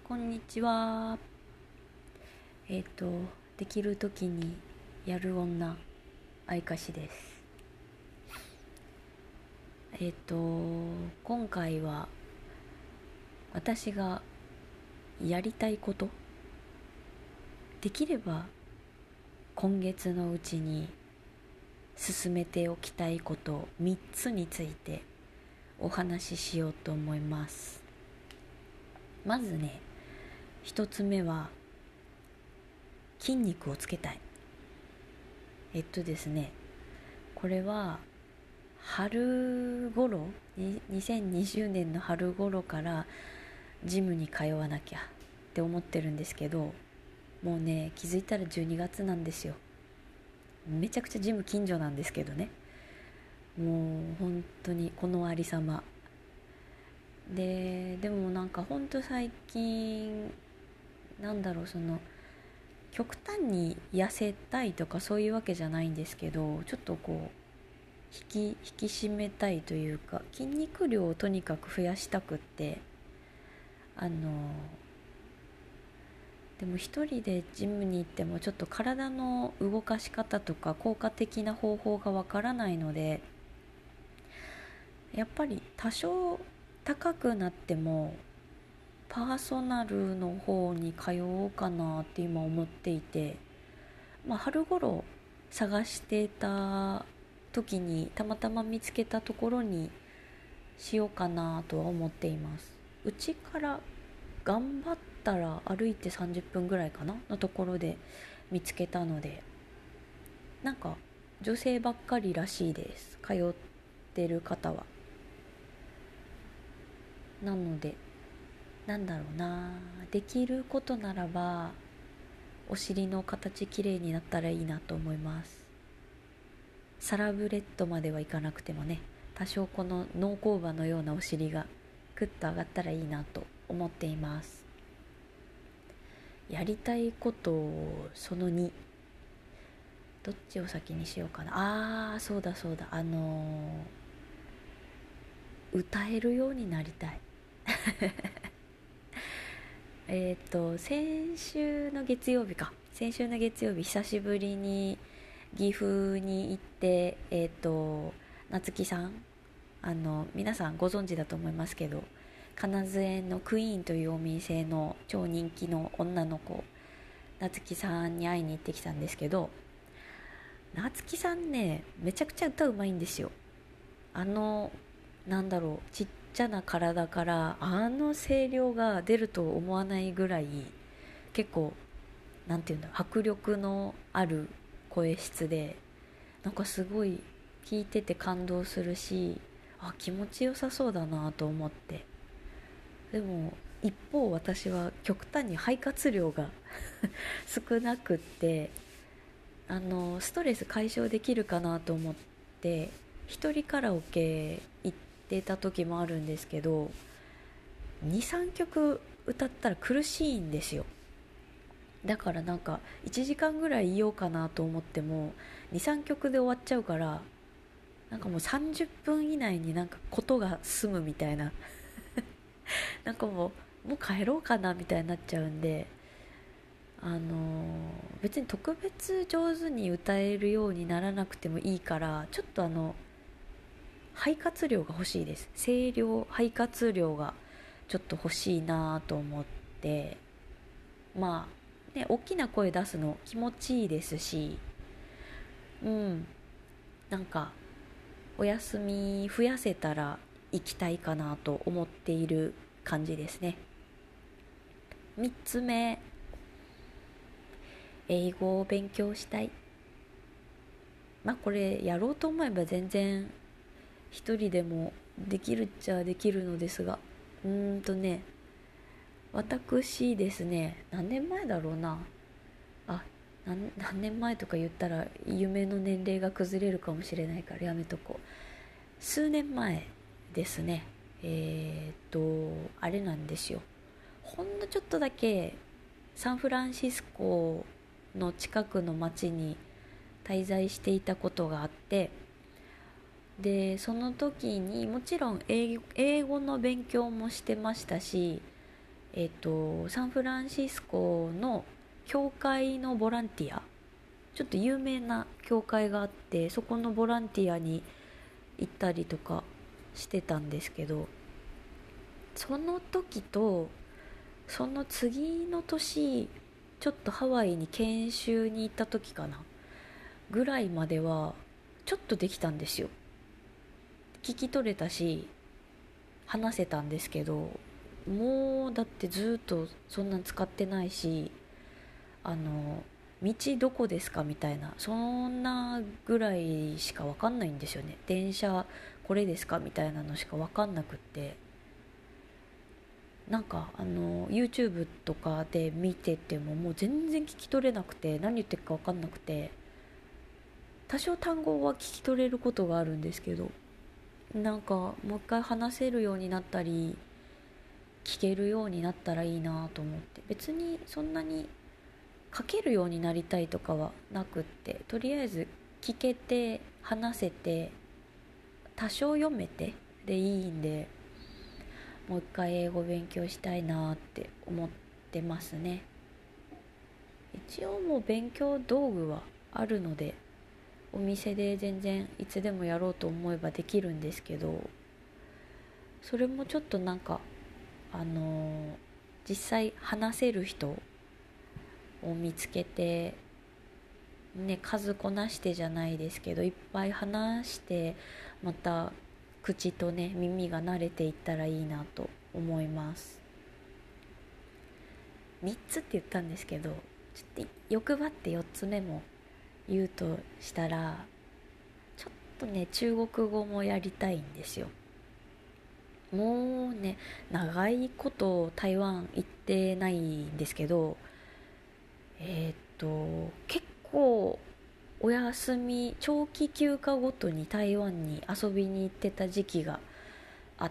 こんにちは。できる時にやる女、あいかしです。今回は私がやりたいこと、できれば今月のうちに進めておきたいこと3つについてお話ししようと思います。まずね、1つ目は筋肉をつけたい。ですね、これは春頃、2020年の春頃からジムに通わなきゃって思ってるんですけど、もうね、気づいたら12月なんですよ。めちゃくちゃジム近所なんですけどね、もう本当にこのありさまで、でもなんか本当最近、極端に痩せたいとかそういうわけじゃないんですけど、ちょっとこう引き締めたいというか、筋肉量をとにかく増やしたくって、でも一人でジムに行ってもちょっと体の動かし方とか効果的な方法がわからないので、やっぱり多少高くなってもパーソナルの方に通おうかなって今思っていて、春頃探してた時にたまたま見つけたところにしようかなとは思っています。うちから頑張ったら歩いて30分ぐらいかなのところで見つけたので、なんか女性ばっかりらしいです、通ってる方は。なので、できることならばお尻の形きれいになったらいいなと思います。サラブレッドまではいかなくてもね、多少この農耕馬のようなお尻がクッと上がったらいいなと思っています。やりたいことその2、どっちを先にしようかな。そうだ、歌えるようになりたい。先週の月曜日久しぶりに岐阜に行って、夏木さん、皆さんご存知だと思いますけど、金津園のクイーンというお店の超人気の女の子、夏木さんに会いに行ってきたんですけど、夏木さんね、めちゃくちゃ歌うまいんですよ。ちっちゃな体から声量が出ると思わないぐらい、結構迫力のある声質で、なんかすごい聞いてて感動するし、気持ちよさそうだなと思って。でも一方、私は極端に肺活量が少なくって、ストレス解消できるかなと思って一人カラオケ行ってた時もあるんですけど、23曲歌ったら苦しいんですよ。だからなんか1時間ぐらいいようかなと思っても23曲で終わっちゃうから、なんかもう30分以内になんかことが済むみたいななんかもう帰ろうかなみたいになっちゃうんで、別に特別上手に歌えるようにならなくてもいいから、ちょっと肺活量が欲しいです。声量、肺活量がちょっと欲しいなと思って、大きな声出すの気持ちいいですし、なんかお休み増やせたら行きたいかなと思っている感じですね。3つ目、英語を勉強したい。これやろうと思えば全然一人でもできるっちゃできるのですが、私ですね、何年前だろうな、何年前とか言ったら夢の年齢が崩れるかもしれないからやめとこう。数年前ですね。あれなんですよ、ほんのちょっとだけサンフランシスコの近くの町に滞在していたことがあって、でその時にもちろん英語の勉強もしてましたし、 サンフランシスコの教会のボランティア、ちょっと有名な教会があって、そこのボランティアに行ったりとかしてたんですけど、その時とその次の年、ちょっとハワイに研修に行った時かなぐらいまではちょっとできたんですよ。聞き取れたし話せたんですけど、もうだってずっとそんなん使ってないし、道どこですかみたいな、そんなぐらいしか分かんないんですよね。電車これですかみたいなのしか分かんなくって、なんかYouTube とかで見ててももう全然聞き取れなくて、何言ってるか分かんなくて、多少単語は聞き取れることがあるんですけど、なんかもう一回話せるようになったり聞けるようになったらいいなと思って、別にそんなに書けるようになりたいとかはなくって、とりあえず聞けて話せて多少読めてでいいんで、もう一回英語勉強したいなって思ってますね。一応もう勉強道具はあるので、お店で全然いつでもやろうと思えばできるんですけど、それもちょっとなんか実際話せる人を見つけてね、数こなしてじゃないですけど、いっぱい話して、また口とね耳が慣れていったらいいなと思います。3つって言ったんですけど、ちょっと欲張って4つ目も言うとしたら、ちょっとね中国語もやりたいんですよ。もうね、長いこと台湾行ってないんですけど、結構お休み長期休暇ごとに台湾に遊びに行ってた時期があって、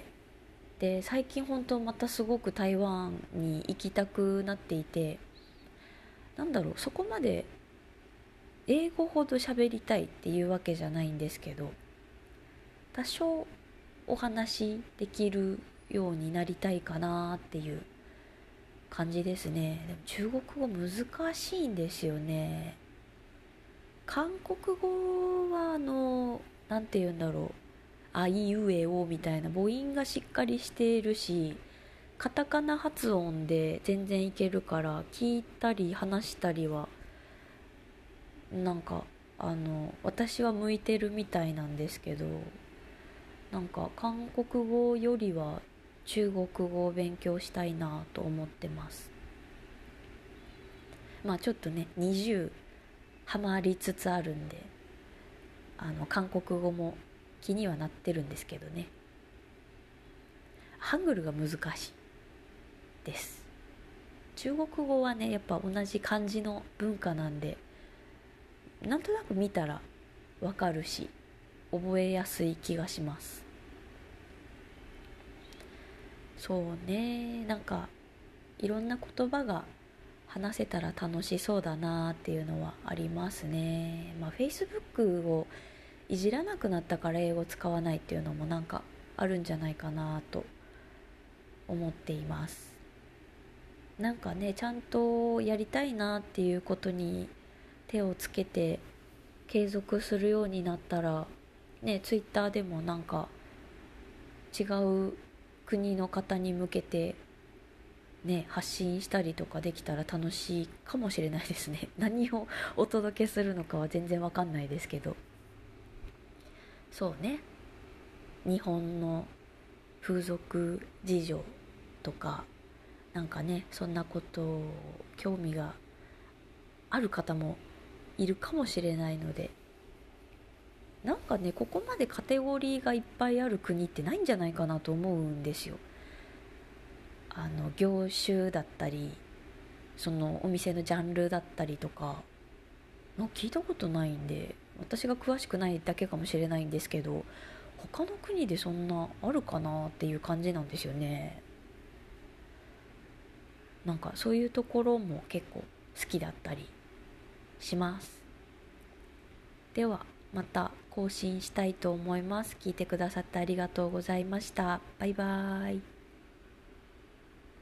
で最近本当またすごく台湾に行きたくなっていて、なんだろう、そこまで英語ほど喋りたいっていうわけじゃないんですけど、多少お話できるようになりたいかなっていう感じですね。でも中国語難しいんですよね。韓国語はなんて言うんだろう、あいうえおみたいな母音がしっかりしているし、カタカナ発音で全然いけるから、聞いたり話したりはなんか私は向いてるみたいなんですけど、なんか韓国語よりは中国語を勉強したいなと思ってます。まあちょっとね20ハマりつつあるんで、韓国語も気にはなってるんですけどね、ハングルが難しいです。中国語はねやっぱ同じ漢字の文化なんで、なんとなく見たらわかるし覚えやすい気がします。そうね、なんかいろんな言葉が話せたら楽しそうだなっていうのはありますね。まあ Facebook をいじらなくなったから英語使わないっていうのもなんかあるんじゃないかなと思っています。なんかねちゃんとやりたいなっていうことに手をつけて継続するようになったらね、Twitter でもなんか違う国の方に向けてね発信したりとかできたら楽しいかもしれないですね。何をお届けするのかは全然わかんないですけど、そうね、日本の風俗事情とか、なんかねそんなこと興味がある方もいるかもしれないので、なんかねここまでカテゴリーがいっぱいある国ってないんじゃないかなと思うんですよ。業種だったり、そのお店のジャンルだったりとか聞いたことないんで、私が詳しくないだけかもしれないんですけど、他の国でそんなあるかなっていう感じなんですよね。なんかそういうところも結構好きだったりします。ではまた更新したいと思います。聞いてくださってありがとうございました。バイバーイ。